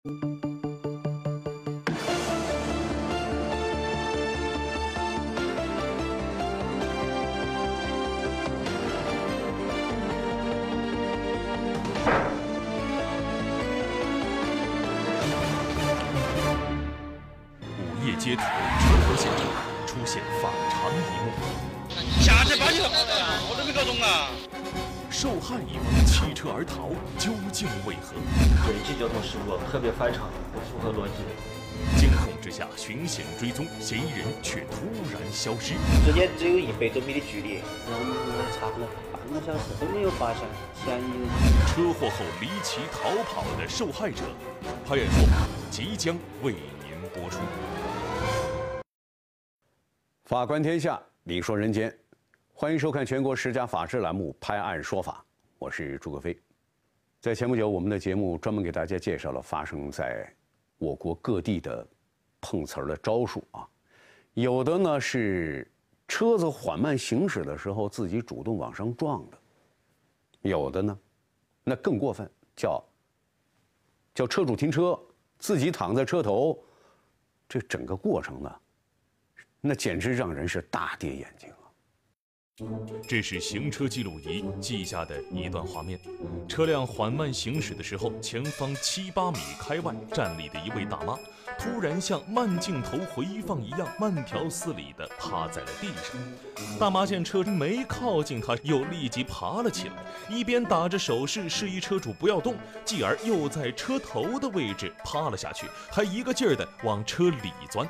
午夜街头车祸现场出现反常一幕， 下去把你我都没搞懂啊！ 受害一方弃车而逃，究竟为何？ 本起交通事故特别反常，不符合逻辑。 监控之下循线追踪，嫌疑人却突然消失。 之间只有100多米的距离，然后我们查了半个小时都没有发现嫌疑人。 车祸后离奇逃跑的受害者，拍案说法即将为您播出。 法观天下，理说人间，欢迎收看全国10家法制栏目《拍案说法》，我是朱克飞。在前不久，我们的节目专门给大家介绍了发生在我国各地的碰瓷儿的招数啊，有的呢是车子缓慢行驶的时候自己主动往上撞的，有的呢，那更过分，叫车主停车，自己躺在车头，这整个过程呢，那简直让人是大跌眼镜啊！ 这是行车记录仪记下的一段画面，车辆缓慢行驶的时候，前方7、8米开外站立的一位大妈，突然像慢镜头回放一样，慢条斯理地趴在了地上。大妈见车没靠近她，又立即爬了起来，一边打着手势示意车主不要动，继而又在车头的位置趴了下去，还一个劲儿地往车里钻。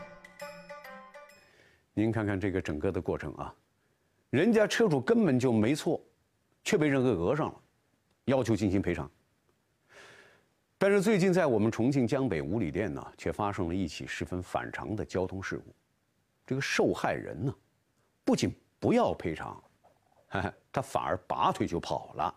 您看看这个整个的过程啊，人家车主根本就没错，却被人给讹上了，要求进行赔偿。但是最近在我们重庆江北五里店呢，却发生了一起十分反常的交通事故。这个受害人呢，不仅不要赔偿，他反而拔腿就跑了。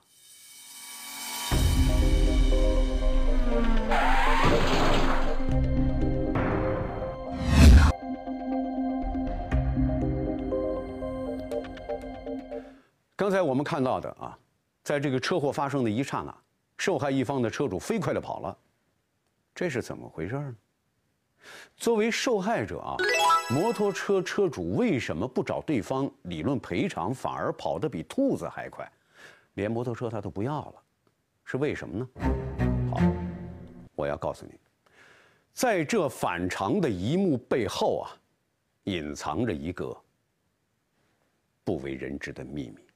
刚才我们看到的啊，在这个车祸发生的一刹那，受害一方的车主飞快地跑了，这是怎么回事呢？作为受害者啊，摩托车车主为什么不找对方理论赔偿，反而跑得比兔子还快，连摩托车他都不要了？是为什么呢？好，我要告诉你，在这反常的一幕背后啊，隐藏着一个不为人知的秘密。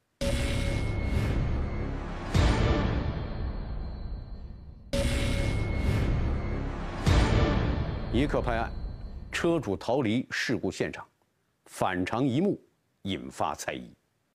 一刻拍案，车主逃离事故现场，反常一幕引发猜疑。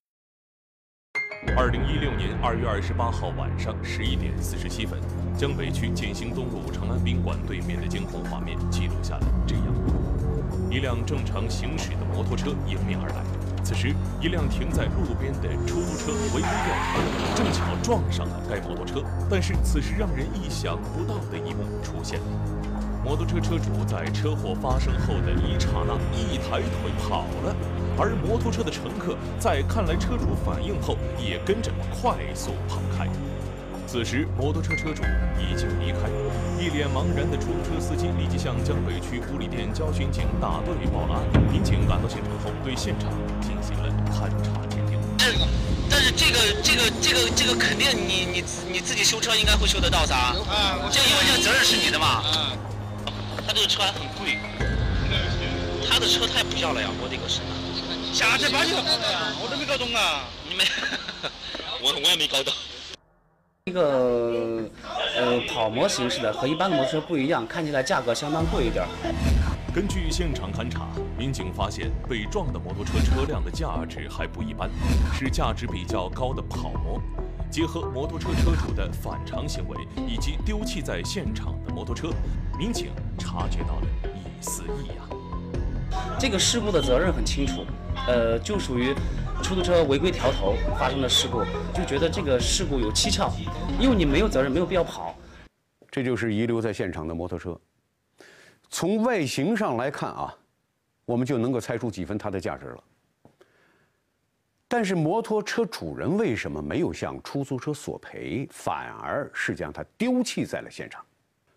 2016年2月28号晚上11点47分，江北区建兴东路长安宾馆对面的监控画面记录下了这样一幕：一辆正常行驶的摩托车迎面而来，此时一辆停在路边的出租车违规掉头，正巧撞上了该摩托车。但是此时让人意想不到的一幕出现了。摩托车车主在车祸发生后的一刹那一抬腿跑了，而摩托车的乘客在看来车主反应后也跟着快速跑开。此时摩托车车主已经离开，一脸茫然的出租车司机立即向江北区五里店交巡警大队报了案。民警赶到现场后，对现场进行了勘查鉴定。 但是这个肯定你自己修车应该会修得到噻。这因为这个责任是你的嘛。他这个车还很贵，他的车太不要了呀！我的个神啊！下去把你我都没搞懂啊！你没，我也没搞懂。 这个跑模形式的和一般的摩托车不一样，看起来价格相当贵一点。 根据现场勘查，民警发现被撞的摩托车车辆的价值还不一般，是价值比较高的跑模。结合摩托车车主的反常行为以及丢弃在现场的摩托车，民警察觉到了一丝异样。 这个事故的责任很清楚，就属于出租车违规调头发生的事故，就觉得这个事故有蹊跷，因为你没有责任，没有必要跑。 这就是遗留在现场的摩托车。从外形上来看啊，我们就能够猜出几分它的价值了。但是摩托车主人为什么没有向出租车索赔，反而是将它丢弃在了现场？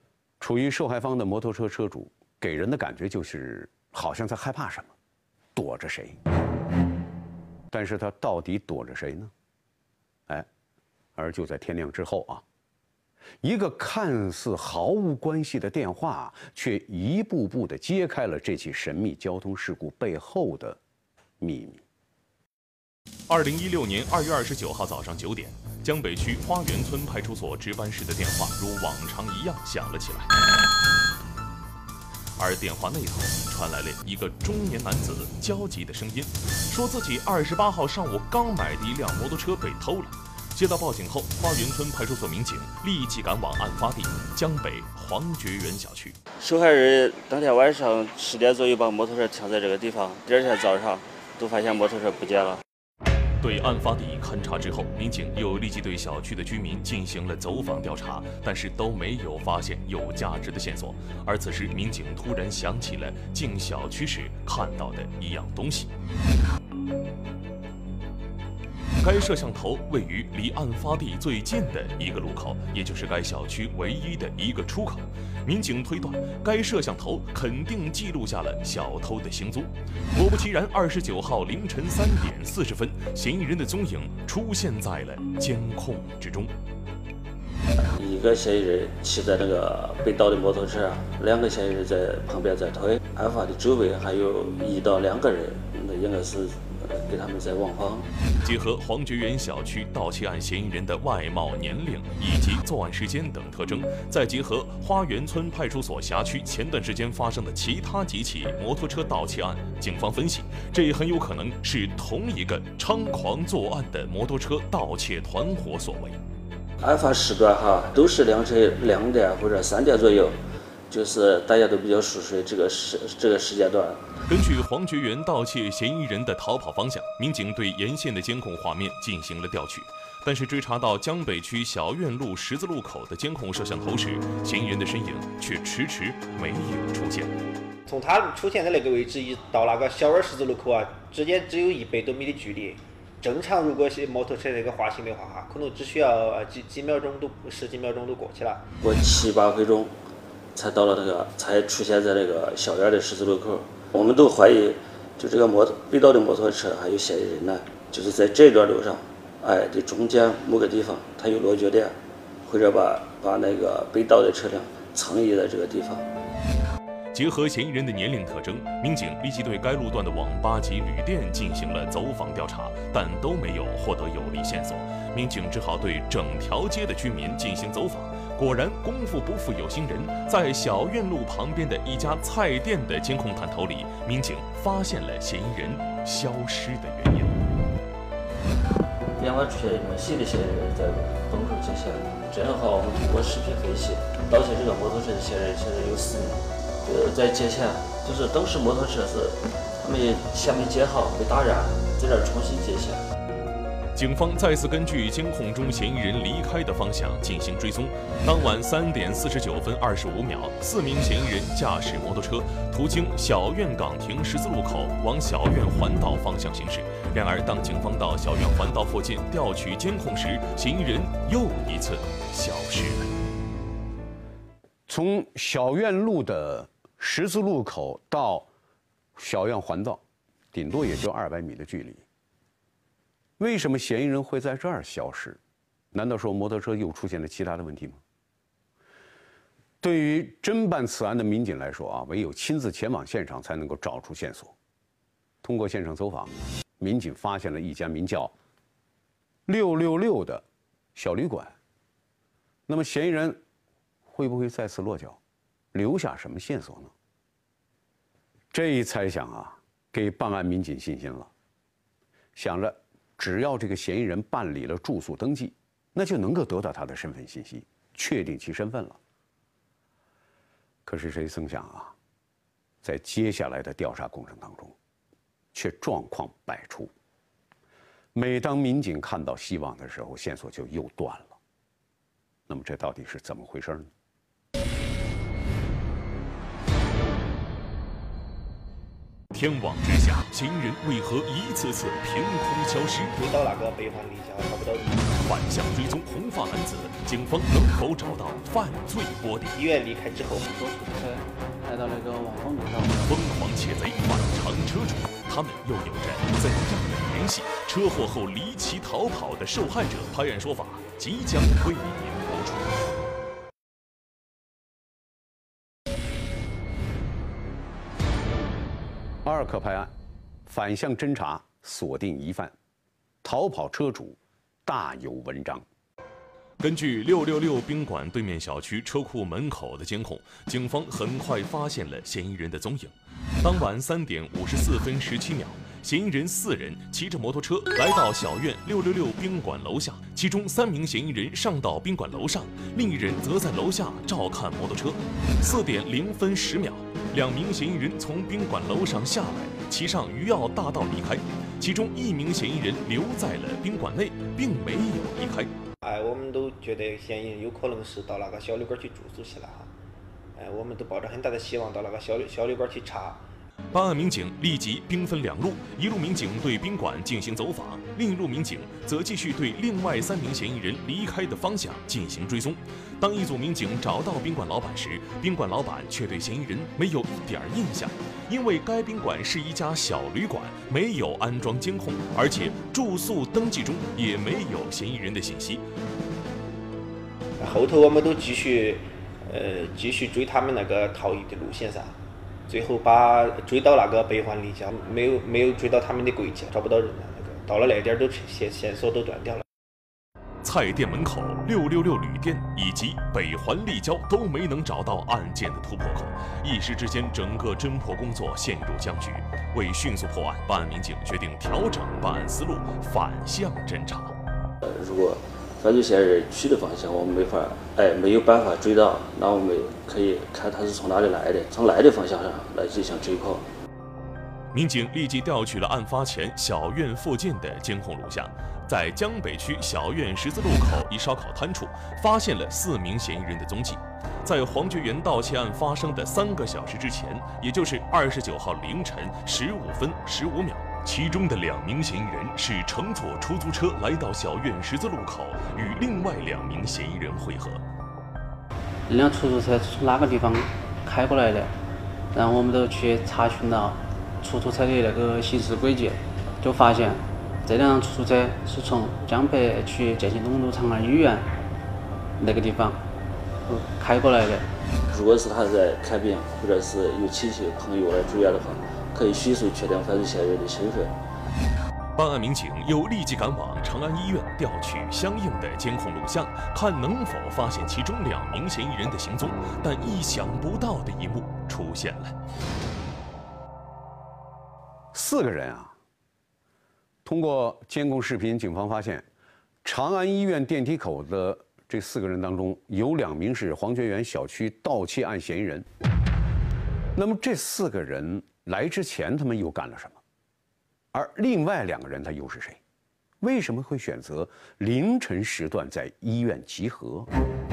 处于受害方的摩托车车主给人的感觉就是好像在害怕什么，躲着谁。但是他到底躲着谁呢？哎，而就在天亮之后啊，一个看似毫无关系的电话，却一步步地揭开了这起神秘交通事故背后的秘密。 2016年2月29号早上9点，江北区花园村派出所值班室的电话如往常一样响了起来，而电话那头传来了一个中年男子焦急的声音，说自己28号上午刚买的一辆摩托车被偷了。接到报警后，花园村派出所民警立即赶往案发地江北黄觉园小区。 受害人当天晚上10点左右把摩托车停在这个地方，第二天早上都发现摩托车不见了。 对案发地勘查之后，民警又立即对小区的居民进行了走访调查，但是都没有发现有价值的线索。而此时，民警突然想起了进小区时看到的一样东西。该摄像头位于离案发地最近的一个路口，也就是该小区唯一的一个出口。民警推断，该摄像头肯定记录下了小偷的行踪。果不其然，29号凌晨3点40分，嫌疑人的踪影出现在了监控之中。 一个嫌疑人骑在那个被盗的摩托车，两个嫌疑人在旁边在推。案发的周围还有1到2个人，那应该是给他们在望风。 结合黄觉园小区盗窃案嫌疑人的外貌、年龄以及作案时间等特征，再结合花园村派出所辖区前段时间发生的其他几起摩托车盗窃案，警方分析，这很有可能是同一个猖狂作案的摩托车盗窃团伙所为。 案发时段都是凌晨2点或者3点左右，就是大家都比较熟悉这个时间段。 根据黄觉园盗窃嫌疑人的逃跑方向，民警对沿线的监控画面进行了调取，但是追查到江北区小院路十字路口的监控摄像头时，嫌疑人的身影却迟迟没有出现。 从他出现的那个位置到那个小院十字路口啊，之间只有100多米的距离。正常如果是摩托车那个滑行的话可能只需要几秒钟都10几秒钟都过去了。 过7、8分钟才到了才出现在那个小院的十字路口。我们都怀疑，就这个被盗的摩托车还有嫌疑人呢，就是在这段路上，的中间某个地方，它有落脚点，或者把那个被盗的车辆藏匿在这个地方。 结合嫌疑人的年龄特征，民警立即对该路段的网吧及旅店进行了走访调查，但都没有获得有力线索。民警只好对整条街的居民进行走访。果然，功夫不负有心人，在小院路旁边的一家菜店的监控探头里，民警发现了嫌疑人消失的原因。 电话出现一名新的嫌疑人在东口接线，这样的话，我们通过视频分析，盗窃这个摩托车的嫌疑人现在有4名。在接线，就是当时摩托车是前没接好，没打燃，在这重新接线。 警方再次根据监控中嫌疑人离开的方向进行追踪。当晚3点49分25秒，4名嫌疑人驾驶摩托车途经小院岗亭十字路口，往小院环道方向行驶。然而，当警方到小院环道附近调取监控时，嫌疑人又一次消失了。 从小院路的十字路口到小院环道，顶多也就200米的距离。为什么嫌疑人会在这儿消失？难道说摩托车又出现了其他的问题吗？对于侦办此案的民警来说唯有亲自前往现场才能够找出线索。通过现场走访，民警发现了一家名叫666的小旅馆。那么嫌疑人会不会再次落脚，留下什么线索呢？这一猜想给办案民警信心了，想着只要这个嫌疑人办理了住宿登记，那就能够得到他的身份信息，确定其身份了。可是谁曾想在接下来的调查过程当中，却状况百出。每当民警看到希望的时候，线索就又断了。那么这到底是怎么回事呢？ 天网之下，嫌疑人为何一次次凭空消失？ 回到那个北环离家找不到人。 反向追踪红发男子，警方能否找到犯罪波点？ 医院离开之后， 坐出租车来到那个望风路上， 疯狂窃贼反常车主，他们又有着怎样的联系？车祸后离奇逃跑的受害者，拍案说法即将为您播出。 2课拍案，反向侦查锁定疑犯，逃跑车主大有文章。 根据666宾馆对面小区车库门口的监控，警方很快发现了嫌疑人的踪影。当晚3点54分17秒，嫌疑人4人骑着摩托车来到小院666宾馆楼下，其中3名嫌疑人上到宾馆楼上，另一人则在楼下照看摩托车。4点0分10秒，2名嫌疑人从宾馆楼上下来，骑上余姚大道离开，其中1名嫌疑人留在了宾馆内，并没有离开。 我们都觉得嫌疑人有可能是到那个小旅馆去住宿去了哈。我们都抱着很大的希望到那个小旅馆去查。 办案民警立即兵分2路，一路民警对宾馆进行走访，另一路民警则继续对另外3名嫌疑人离开的方向进行追踪。当一组民警找到宾馆老板时，宾馆老板却对嫌疑人没有一点印象，因为该宾馆是一家小旅馆，没有安装监控，而且住宿登记中也没有嫌疑人的信息。 后头我们都继续追他们那个逃逸的路线上。最后追到那个北环离家，没有追到他们的轨迹，找不到人了。到了那点都线索都断掉了。 菜店门口、666旅店以及北环立交都没能找到案件的突破口，一时之间，整个侦破工作陷入僵局。为迅速破案，办案民警决定调整办案思路，反向侦查。 如果犯罪嫌疑人去的方向我们没有办法追到，那我们可以看他是从哪里来的，从来的方向上来进行追跑。 民警立即调取了案发前小院附近的监控录像，在江北区小院十字路口一烧烤摊处发现了4名嫌疑人的踪迹。在黄觉园盗窃案发生的3个小时之前，也就是29号凌晨15分15秒，其中的2名嫌疑人是乘坐出租车来到小院十字路口，与另外2名嫌疑人会合。 那辆出租车是从哪个地方开过来的？然后我们都去查询了出租车的那个行驶轨迹，就发现这辆出租车是从江北区建新东路长安医院那个地方开过来的。 如果是他在看病，或者是有亲戚朋友来住院的话，可以迅速确定犯罪嫌疑人的身份。 办案民警又立即赶往长安医院调取相应的监控录像，看能否发现其中2名嫌疑人的行踪。但意想不到的一幕出现了 ，4个人啊！通过监控视频，警方发现，长安医院电梯口的这4个人当中，有2名是黄觉园小区盗窃案嫌疑人。那么这4个人来之前，他们又干了什么？而另外2个人他又是谁？为什么会选择凌晨时段在医院集合？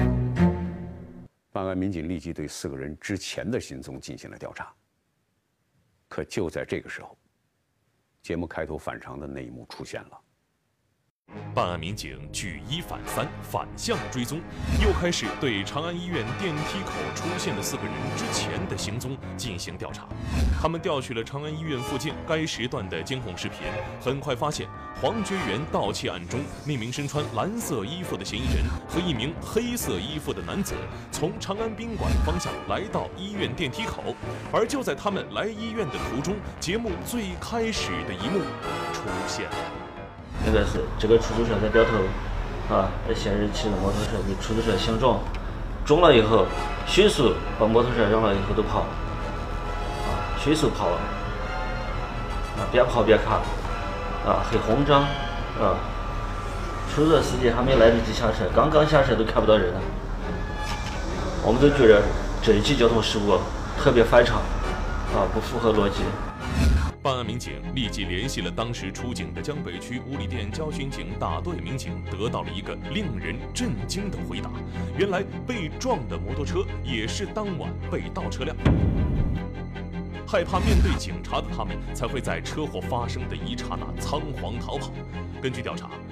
办案民警立即对4个人之前的行踪进行了调查。可就在这个时候，节目开头反常的那一幕出现了。 办案民警举1反3，反向追踪，又开始对长安医院电梯口出现的4个人之前的行踪进行调查。他们调取了长安医院附近该时段的监控视频，很快发现黄觉园盗窃案中那名身穿蓝色衣服的嫌疑人和一名黑色衣服的男子从长安宾馆方向来到医院电梯口，而就在他们来医院的途中，节目最开始的一幕出现了。 应该是这个出租车在掉头，这嫌疑人骑着摩托车给出租车相撞，撞了以后，迅速把摩托车让了以后都跑，迅速跑，边跑边看，很慌张，出租车司机还没来得及下车，刚刚下车都看不到人了。我们都觉得这一起交通事故特别反常，不符合逻辑。 办案民警立即联系了当时出警的江北区五里店交巡警大队民警，得到了一个令人震惊的回答：原来被撞的摩托车也是当晚被盗车辆。害怕面对警察的他们，才会在车祸发生的一刹那仓皇逃跑。根据调查，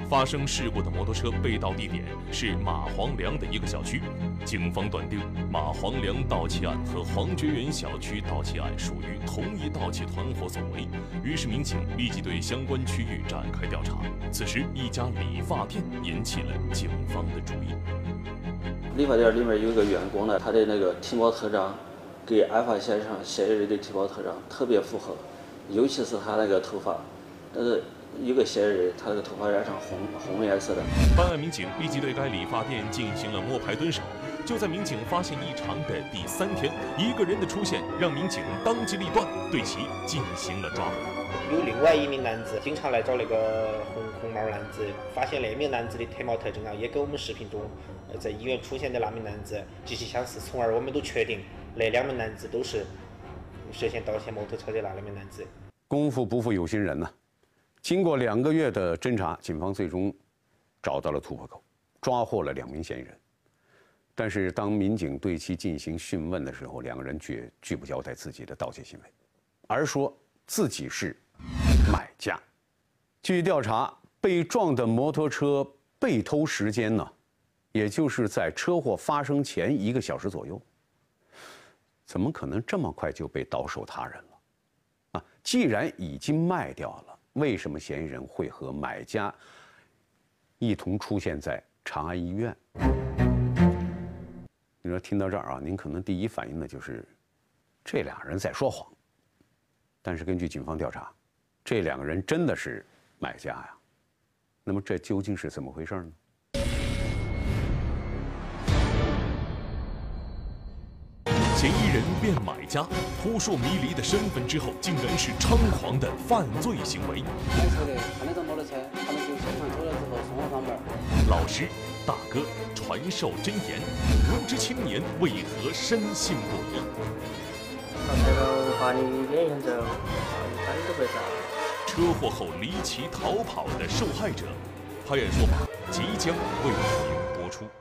发生事故的摩托车被盗地点是马黄梁的一个小区。警方断定，马黄梁盗窃案和黄觉园小区盗窃案属于同一盗窃团伙所为，于是民警立即对相关区域展开调查。此时，一家理发店引起了警方的注意。 理发店里面有一个员工呢，他的那个体貌特征跟案发现场嫌疑人的体貌特征特别符合，尤其是他那个头发，有个嫌疑人，他那个头发染上红颜色的。 办案民警立即对该理发店进行了摸排蹲守。就在民警发现异常的第3天，一个人的出现让民警当机立断，对其进行了抓捕。 有另外一名男子经常来找那个红帽男子，发现那名男子的体貌特征啊，也跟我们视频中在医院出现的那名男子极其相似，从而我们都确定那2名男子都是涉嫌盗窃摩托车的那2名男子。 功夫不负有心人呢，经过2个月的侦查，警方最终找到了突破口，抓获了2名嫌疑人。但是当民警对其进行讯问的时候，2个人却拒不交代自己的盗窃行为，而说自己是买家。据调查，被撞的摩托车被偷时间呢，也就是在车祸发生前1个小时左右。怎么可能这么快就被倒手他人了？啊，既然已经卖掉了，为什么嫌疑人会和买家一同出现在长安医院？你说听到这儿啊，您可能第一反应的就是这2人在说谎。但是根据警方调查，这2个人真的是买家呀。那么这究竟是怎么回事呢？ 嫌疑人变买家，扑朔迷离的身份之后，竟然是猖狂的犯罪行为。 买车的看得到摩托车，他们就现场偷了之后送我上门。 老师、大哥传授真言，无知青年为何深信不疑？ 他这个把你脸上之后，一般都会砸。 车祸后离奇逃跑的受害者，拍案说法即将为您播出。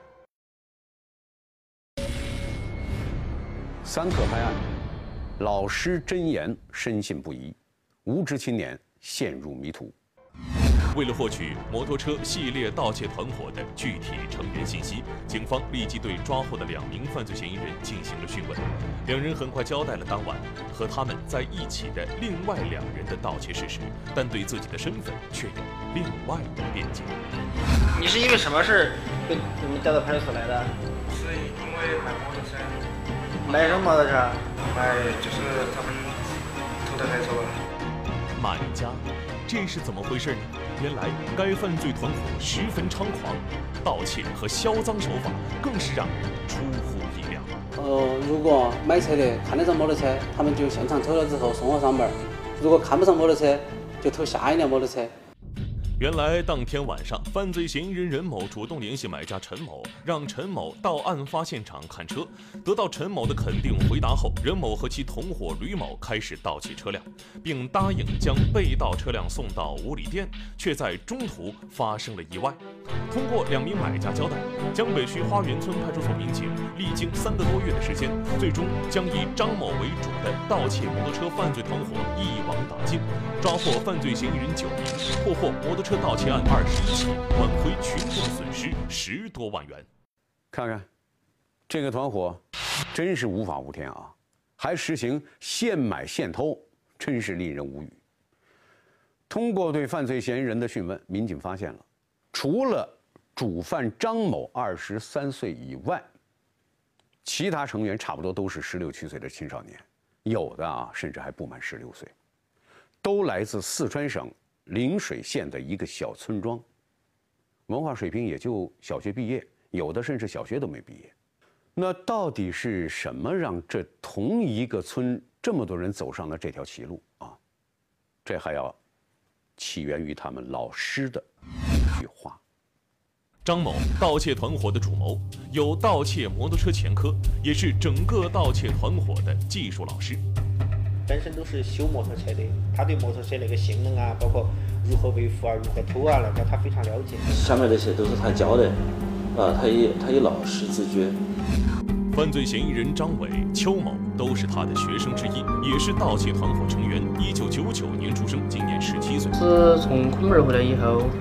3克拍案，老师真言深信不疑，无知青年陷入迷途。 为了获取摩托车系列盗窃团伙的具体成员信息，警方立即对抓获的2名犯罪嫌疑人进行了讯问。2人很快交代了当晚和他们在一起的另外2人的盗窃事实，但对自己的身份却有另外的辩解。 你是因为什么事被你们调到派出所来的？ 是因为买摩托车。 买什么摩托车？ 买就是他们偷的那车吧。 买家，这是怎么回事呢？原来该犯罪团伙十分猖狂，盗窃和销赃手法更是让人出乎意料。 如果买车的看得上摩托车，他们就现场偷了之后送我上门；如果看不上摩托车，就偷下一辆摩托车。 原来当天晚上，犯罪嫌疑人任某主动联系买家陈某，让陈某到案发现场看车。得到陈某的肯定回答后，任某和其同伙吕某开始盗窃车辆，并答应将被盗车辆送到五里店，却在中途发生了意外。通过2名买家交代，江北区花园村派出所民警历经3个多月的时间，最终将以张某为主的盗窃摩托车犯罪团伙一网打尽，抓获犯罪嫌疑人9名，破获摩托车盗窃案21起，挽回群众损失10多万元。 看看，这个团伙真是无法无天啊，还实行现买现偷，真是令人无语。通过对犯罪嫌疑人的讯问，民警发现了，除了主犯张某23岁以外，其他成员差不多都是16、17岁的青少年，有的甚至还不满16岁，都来自四川省陵水县的一个小村庄，文化水平也就小学毕业，有的甚至小学都没毕业。那到底是什么让这同一个村这么多人走上了这条歧路啊？这还要起源于他们老师的一句话。 张某，盗窃团伙的主谋，有盗窃摩托车前科，也是整个盗窃团伙的技术老师。 本身都是修摩托车的，他对摩托车那个性能啊，包括如何维护啊、如何偷啊，那个他非常了解。 下面这些都是他教的，他以老师自居。 犯罪嫌疑人张伟、邱某都是他的学生之一，也是盗窃团伙成员。1999年出生，今年17岁。 是从孔门回来以后，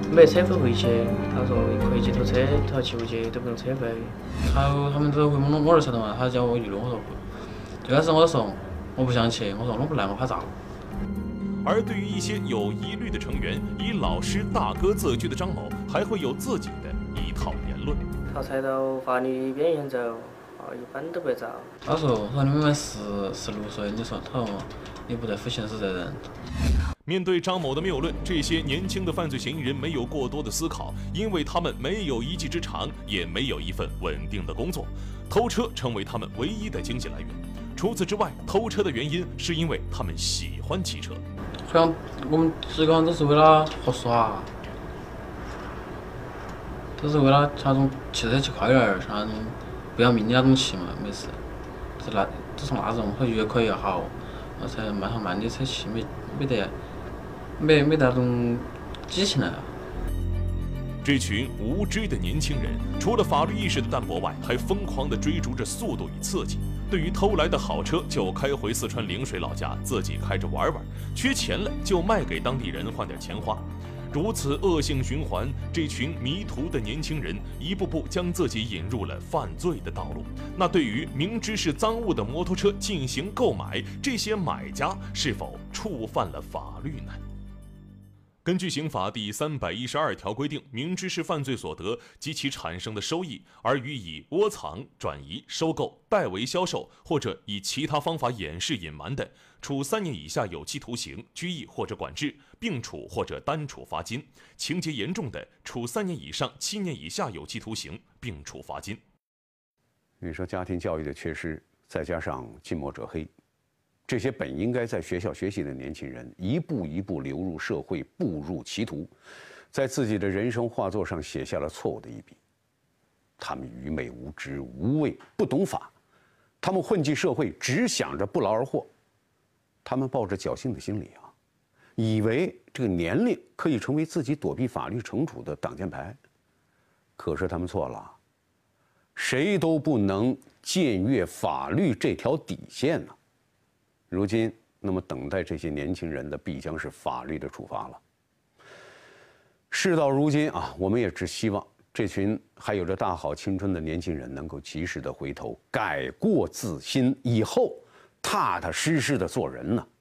没车费回去，他说回去拖车拖7、5节都不用车费。 他们都回我儿车的嘛，他叫我一路，我说不。最开始我说我不想去，我说弄不来我怕炸。 而对于一些有疑虑的成员，以老师大哥自居的张某，还会有自己的一套言论。 淘汰到法律边缘走，一般都不遭。 他说你们16岁，你说他你不得负刑事责任。 面对张某的谬论，这些年轻的犯罪嫌疑人没有过多的思考，因为他们没有一技之长，也没有一份稳定的工作，偷车成为他们唯一的经济来源。除此之外，偷车的原因是因为他们喜欢骑车。 好像我们几个人都是为了好耍，都是为了那种骑车骑快点儿，像不要命的那种骑嘛，没事。就是那种会越快越好，而且慢的车骑没那种激情了。 这群无知的年轻人，除了法律意识的淡薄外，还疯狂地追逐着速度与刺激。对于偷来的好车，就开回四川陵水老家自己开着玩玩；缺钱了就卖给当地人换点钱花。如此恶性循环，这群迷途的年轻人一步步将自己引入了犯罪的道路。那对于明知是赃物的摩托车进行购买，这些买家是否触犯了法律呢？根据刑法第312条规定，明知是犯罪所得及其产生的收益，而予以窝藏、转移、收购、代为销售或者以其他方法掩饰隐瞒的，处3年以下有期徒刑、拘役或者管制，并处或者单处罚金；情节严重的，处3年以上7年以下有期徒刑，并处罚金。 你说家庭教育的缺失，再加上近墨者黑。这些本应该在学校学习的年轻人，一步一步流入社会，步入歧途，在自己的人生画作上写下了错误的一笔。他们愚昧无知、无畏，不懂法，他们混迹社会，只想着不劳而获。他们抱着侥幸的心理啊，以为这个年龄可以成为自己躲避法律惩处的挡箭牌。可是他们错了，谁都不能僭越法律这条底线呢。如今，那么等待这些年轻人的必将是法律的处罚了。事到如今啊，我们也只希望这群还有着大好青春的年轻人能够及时的回头，改过自新，以后踏踏实实的做人呢。